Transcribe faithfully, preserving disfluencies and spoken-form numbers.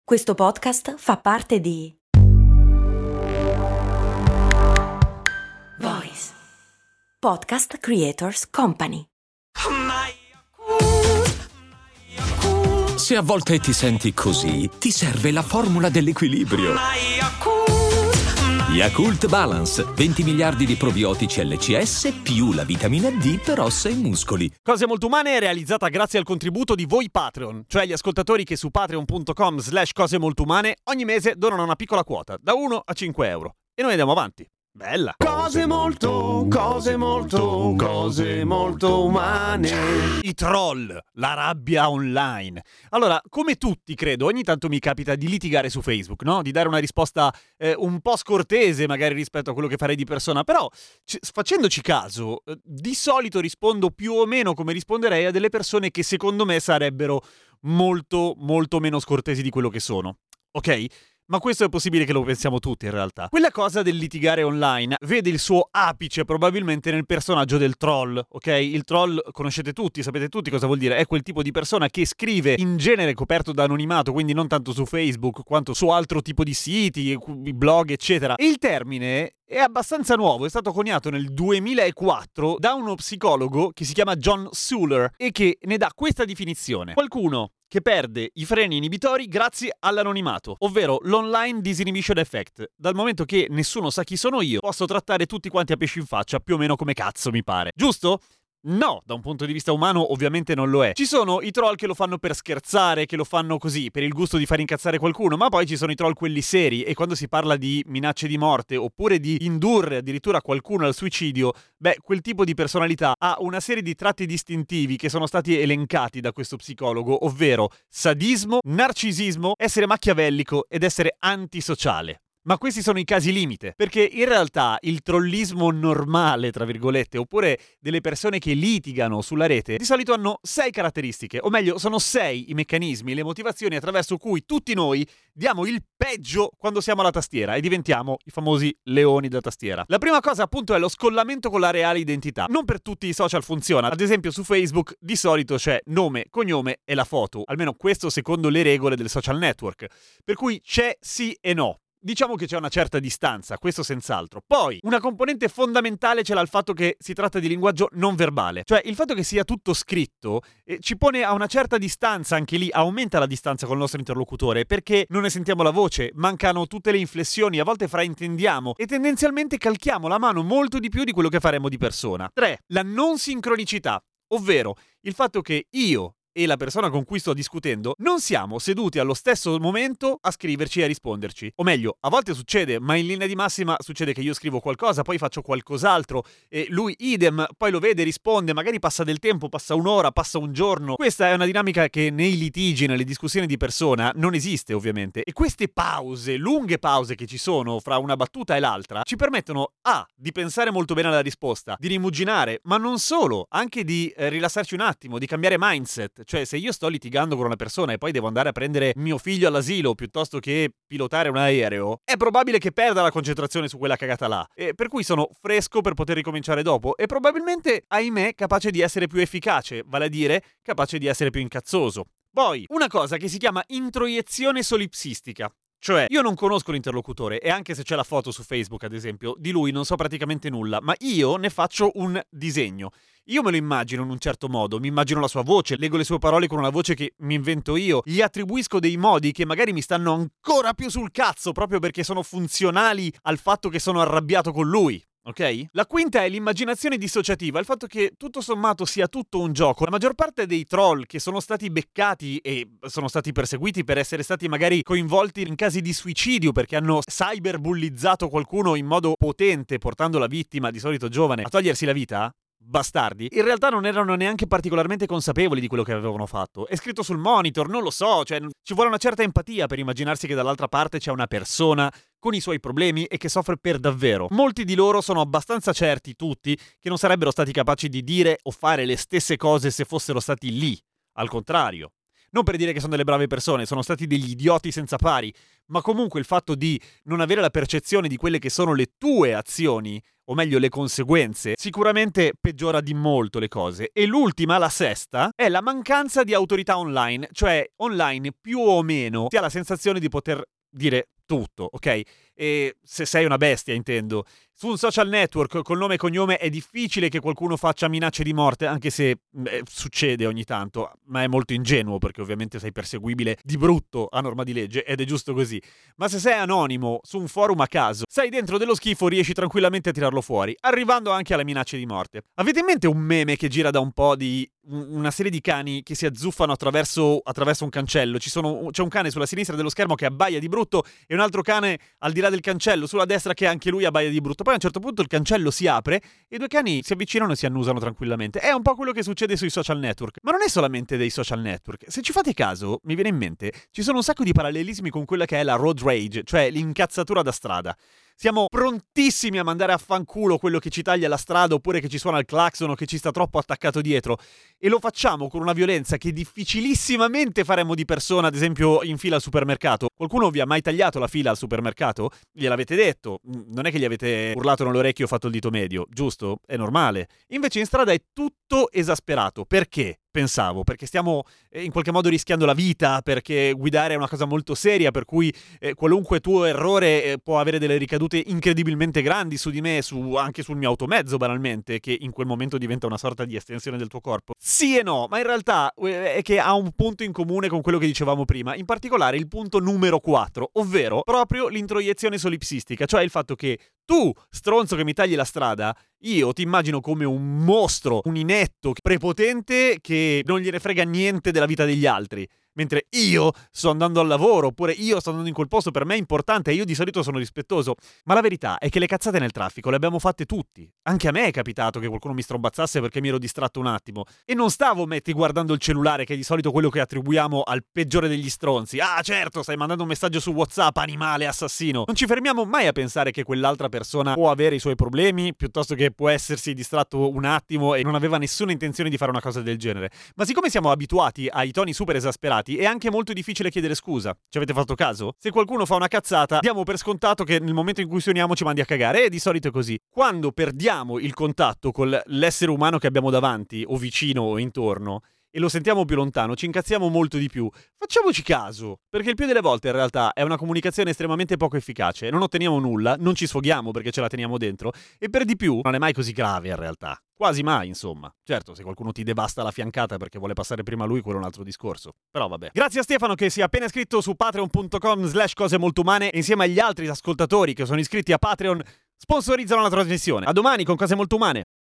Questo podcast fa parte di Voice Podcast Creators Company. Se a volte ti senti così, ti serve la formula dell'equilibrio. Yakult Balance, venti miliardi di probiotici L C S più la vitamina D per ossa e muscoli. Cose Molto Umane è realizzata grazie al contributo di voi Patreon, cioè gli ascoltatori che su patreon.com slash cose molto umane ogni mese donano una piccola quota, da uno a cinque euro. E noi andiamo avanti. Bella! Cose molto, cose molto, cose molto umane. I troll, la rabbia online. Allora, come tutti credo, ogni tanto mi capita di litigare su Facebook, no? Di dare una risposta eh, un po' scortese magari rispetto a quello che farei di persona, però c- facendoci caso, eh, di solito rispondo più o meno come risponderei a delle persone che secondo me sarebbero molto, molto meno scortesi di quello che sono. Ok? Ma questo è possibile che lo pensiamo tutti in realtà. Quella cosa del litigare online vede il suo apice probabilmente nel personaggio del troll, ok? Il troll conoscete tutti, sapete tutti cosa vuol dire. È quel tipo di persona che scrive in genere coperto da anonimato, quindi non tanto su Facebook quanto su altro tipo di siti, blog eccetera. E il termine è abbastanza nuovo, è stato coniato nel duemilaquattro da uno psicologo che si chiama John Suler e che ne dà questa definizione. Qualcuno che perde i freni inibitori grazie all'anonimato, ovvero l'online disinhibition effect. Dal momento che nessuno sa chi sono io, posso trattare tutti quanti a pesci in faccia più o meno come cazzo mi pare. Giusto? No, da un punto di vista umano ovviamente non lo è. Ci sono i troll che lo fanno per scherzare, che lo fanno così, per il gusto di far incazzare qualcuno, ma poi ci sono i troll quelli seri e quando si parla di minacce di morte oppure di indurre addirittura qualcuno al suicidio, beh, quel tipo di personalità ha una serie di tratti distintivi che sono stati elencati da questo psicologo, ovvero sadismo, narcisismo, essere machiavellico ed essere antisociale. Ma questi sono i casi limite, perché in realtà il trollismo normale, tra virgolette, oppure delle persone che litigano sulla rete, di solito hanno sei caratteristiche, o meglio, sono sei i meccanismi, le motivazioni attraverso cui tutti noi diamo il peggio quando siamo alla tastiera e diventiamo i famosi leoni da tastiera. La prima cosa, appunto, è lo scollamento con la reale identità. Non per tutti i social funziona. Ad esempio, su Facebook di solito c'è nome, cognome e la foto, almeno questo secondo le regole del social network. Per cui c'è sì e no. Diciamo che c'è una certa distanza, questo senz'altro. Poi, una componente fondamentale ce l'ha il fatto che si tratta di linguaggio non verbale. Cioè, il fatto che sia tutto scritto eh, ci pone a una certa distanza, anche lì aumenta la distanza con il nostro interlocutore, perché non ne sentiamo la voce, mancano tutte le inflessioni, a volte fraintendiamo e tendenzialmente calchiamo la mano molto di più di quello che faremmo di persona. tre. La non sincronicità, ovvero il fatto che io e la persona con cui sto discutendo non siamo seduti allo stesso momento a scriverci e a risponderci. O meglio, a volte succede, ma in linea di massima succede che io scrivo qualcosa, poi faccio qualcos'altro e lui idem, poi lo vede, risponde, magari passa del tempo, passa un'ora, passa un giorno. Questa è una dinamica che nei litigi, nelle discussioni di persona non esiste ovviamente. E queste pause, lunghe pause che ci sono fra una battuta e l'altra, ci permettono a di pensare molto bene alla risposta, di rimuginare, ma non solo, anche di eh, rilassarci un attimo, di cambiare mindset. Cioè, se io sto litigando con una persona e poi devo andare a prendere mio figlio all'asilo piuttosto che pilotare un aereo, è probabile che perda la concentrazione su quella cagata là. E per cui sono fresco per poter ricominciare dopo e probabilmente, ahimè, capace di essere più efficace, vale a dire capace di essere più incazzoso. Poi, una cosa che si chiama introiezione solipsistica. Cioè, io non conosco l'interlocutore e anche se c'è la foto su Facebook, ad esempio, di lui non so praticamente nulla, ma io ne faccio un disegno. Io me lo immagino in un certo modo, mi immagino la sua voce, leggo le sue parole con una voce che mi invento io, gli attribuisco dei modi che magari mi stanno ancora più sul cazzo proprio perché sono funzionali al fatto che sono arrabbiato con lui. Ok? La quinta è l'immaginazione dissociativa, il fatto che tutto sommato sia tutto un gioco. La maggior parte dei troll che sono stati beccati e sono stati perseguiti per essere stati magari coinvolti in casi di suicidio perché hanno cyberbullizzato qualcuno in modo potente, portando la vittima, di solito giovane, a togliersi la vita, bastardi, in realtà non erano neanche particolarmente consapevoli di quello che avevano fatto. È scritto sul monitor, non lo so, cioè ci vuole una certa empatia per immaginarsi che dall'altra parte c'è una persona con i suoi problemi e che soffre per davvero. Molti di loro sono abbastanza certi, tutti, che non sarebbero stati capaci di dire o fare le stesse cose se fossero stati lì. Al contrario. Non per dire che sono delle brave persone, sono stati degli idioti senza pari, ma comunque il fatto di non avere la percezione di quelle che sono le tue azioni, o meglio le conseguenze, sicuramente peggiora di molto le cose. E l'ultima, la sesta, è la mancanza di autorità online, cioè online più o meno si ha la sensazione di poter dire tutto, ok? E se sei una bestia, intendo. Su un social network col nome e cognome è difficile che qualcuno faccia minacce di morte, anche se eh, succede ogni tanto, ma è molto ingenuo perché ovviamente sei perseguibile di brutto a norma di legge ed è giusto così. Ma se sei anonimo su un forum a caso, sei dentro dello schifo, riesci tranquillamente a tirarlo fuori, arrivando anche alle minacce di morte. Avete in mente un meme che gira da un po' di una serie di cani che si azzuffano attraverso, attraverso un cancello? Ci sono, c'è un cane sulla sinistra dello schermo che abbaia di brutto e un altro cane al di là del cancello sulla destra che anche lui abbaia di brutto. Poi a un certo punto il cancello si apre e i due cani si avvicinano e si annusano tranquillamente. È un po' quello che succede sui social network. Ma non è solamente dei social network. Se ci fate caso, mi viene in mente, ci sono un sacco di parallelismi con quella che è la road rage, cioè l'incazzatura da strada. Siamo prontissimi a mandare a fanculo quello che ci taglia la strada oppure che ci suona il clacson o che ci sta troppo attaccato dietro, e lo facciamo con una violenza che difficilissimamente faremmo di persona, ad esempio in fila al supermercato. Qualcuno vi ha mai tagliato la fila al supermercato? Gliel'avete detto? Non è che gli avete urlato nell'orecchio o fatto il dito medio, giusto? È normale. Invece in strada è tutto esasperato. Perché? Pensavo, perché stiamo eh, in qualche modo rischiando la vita, perché guidare è una cosa molto seria, per cui eh, qualunque tuo errore eh, può avere delle ricadute incredibilmente grandi su di me, su, anche sul mio automezzo banalmente, che in quel momento diventa una sorta di estensione del tuo corpo. Sì e no, ma in realtà eh, è che ha un punto in comune con quello che dicevamo prima, in particolare il punto numero quattro, ovvero proprio l'introiezione solipsistica, cioè il fatto che tu, stronzo che mi tagli la strada, io ti immagino come un mostro, un inetto, prepotente che non gliene frega niente della vita degli altri. Mentre io sto andando al lavoro, oppure io sto andando in quel posto, per me è importante e io di solito sono rispettoso. Ma la verità è che le cazzate nel traffico le abbiamo fatte tutti. Anche a me è capitato che qualcuno mi strombazzasse perché mi ero distratto un attimo. E non stavo, metti, guardando il cellulare, che è di solito quello che attribuiamo al peggiore degli stronzi. Ah, certo, stai mandando un messaggio su WhatsApp, animale, assassino. Non ci fermiamo mai a pensare che quell'altra persona può avere i suoi problemi, piuttosto che può essersi distratto un attimo e non aveva nessuna intenzione di fare una cosa del genere. Ma siccome siamo abituati ai toni super esasperati, è anche molto difficile chiedere scusa. Ci avete fatto caso? Se qualcuno fa una cazzata, diamo per scontato che nel momento in cui suoniamo ci mandi a cagare, e di solito è così. Quando perdiamo il contatto con l'essere umano che abbiamo davanti, o vicino o intorno, e lo sentiamo più lontano, ci incazziamo molto di più. Facciamoci caso, perché il più delle volte in realtà è una comunicazione estremamente poco efficace. Non otteniamo nulla, non ci sfoghiamo perché ce la teniamo dentro, e per di più non è mai così grave in realtà. Quasi mai, insomma. Certo, se qualcuno ti devasta la fiancata perché vuole passare prima lui, quello è un altro discorso. Però vabbè. Grazie a Stefano che si è appena iscritto su patreon punto com slash cose molto umane, e insieme agli altri ascoltatori che sono iscritti a Patreon sponsorizzano la trasmissione. A domani con Cose Molto Umane.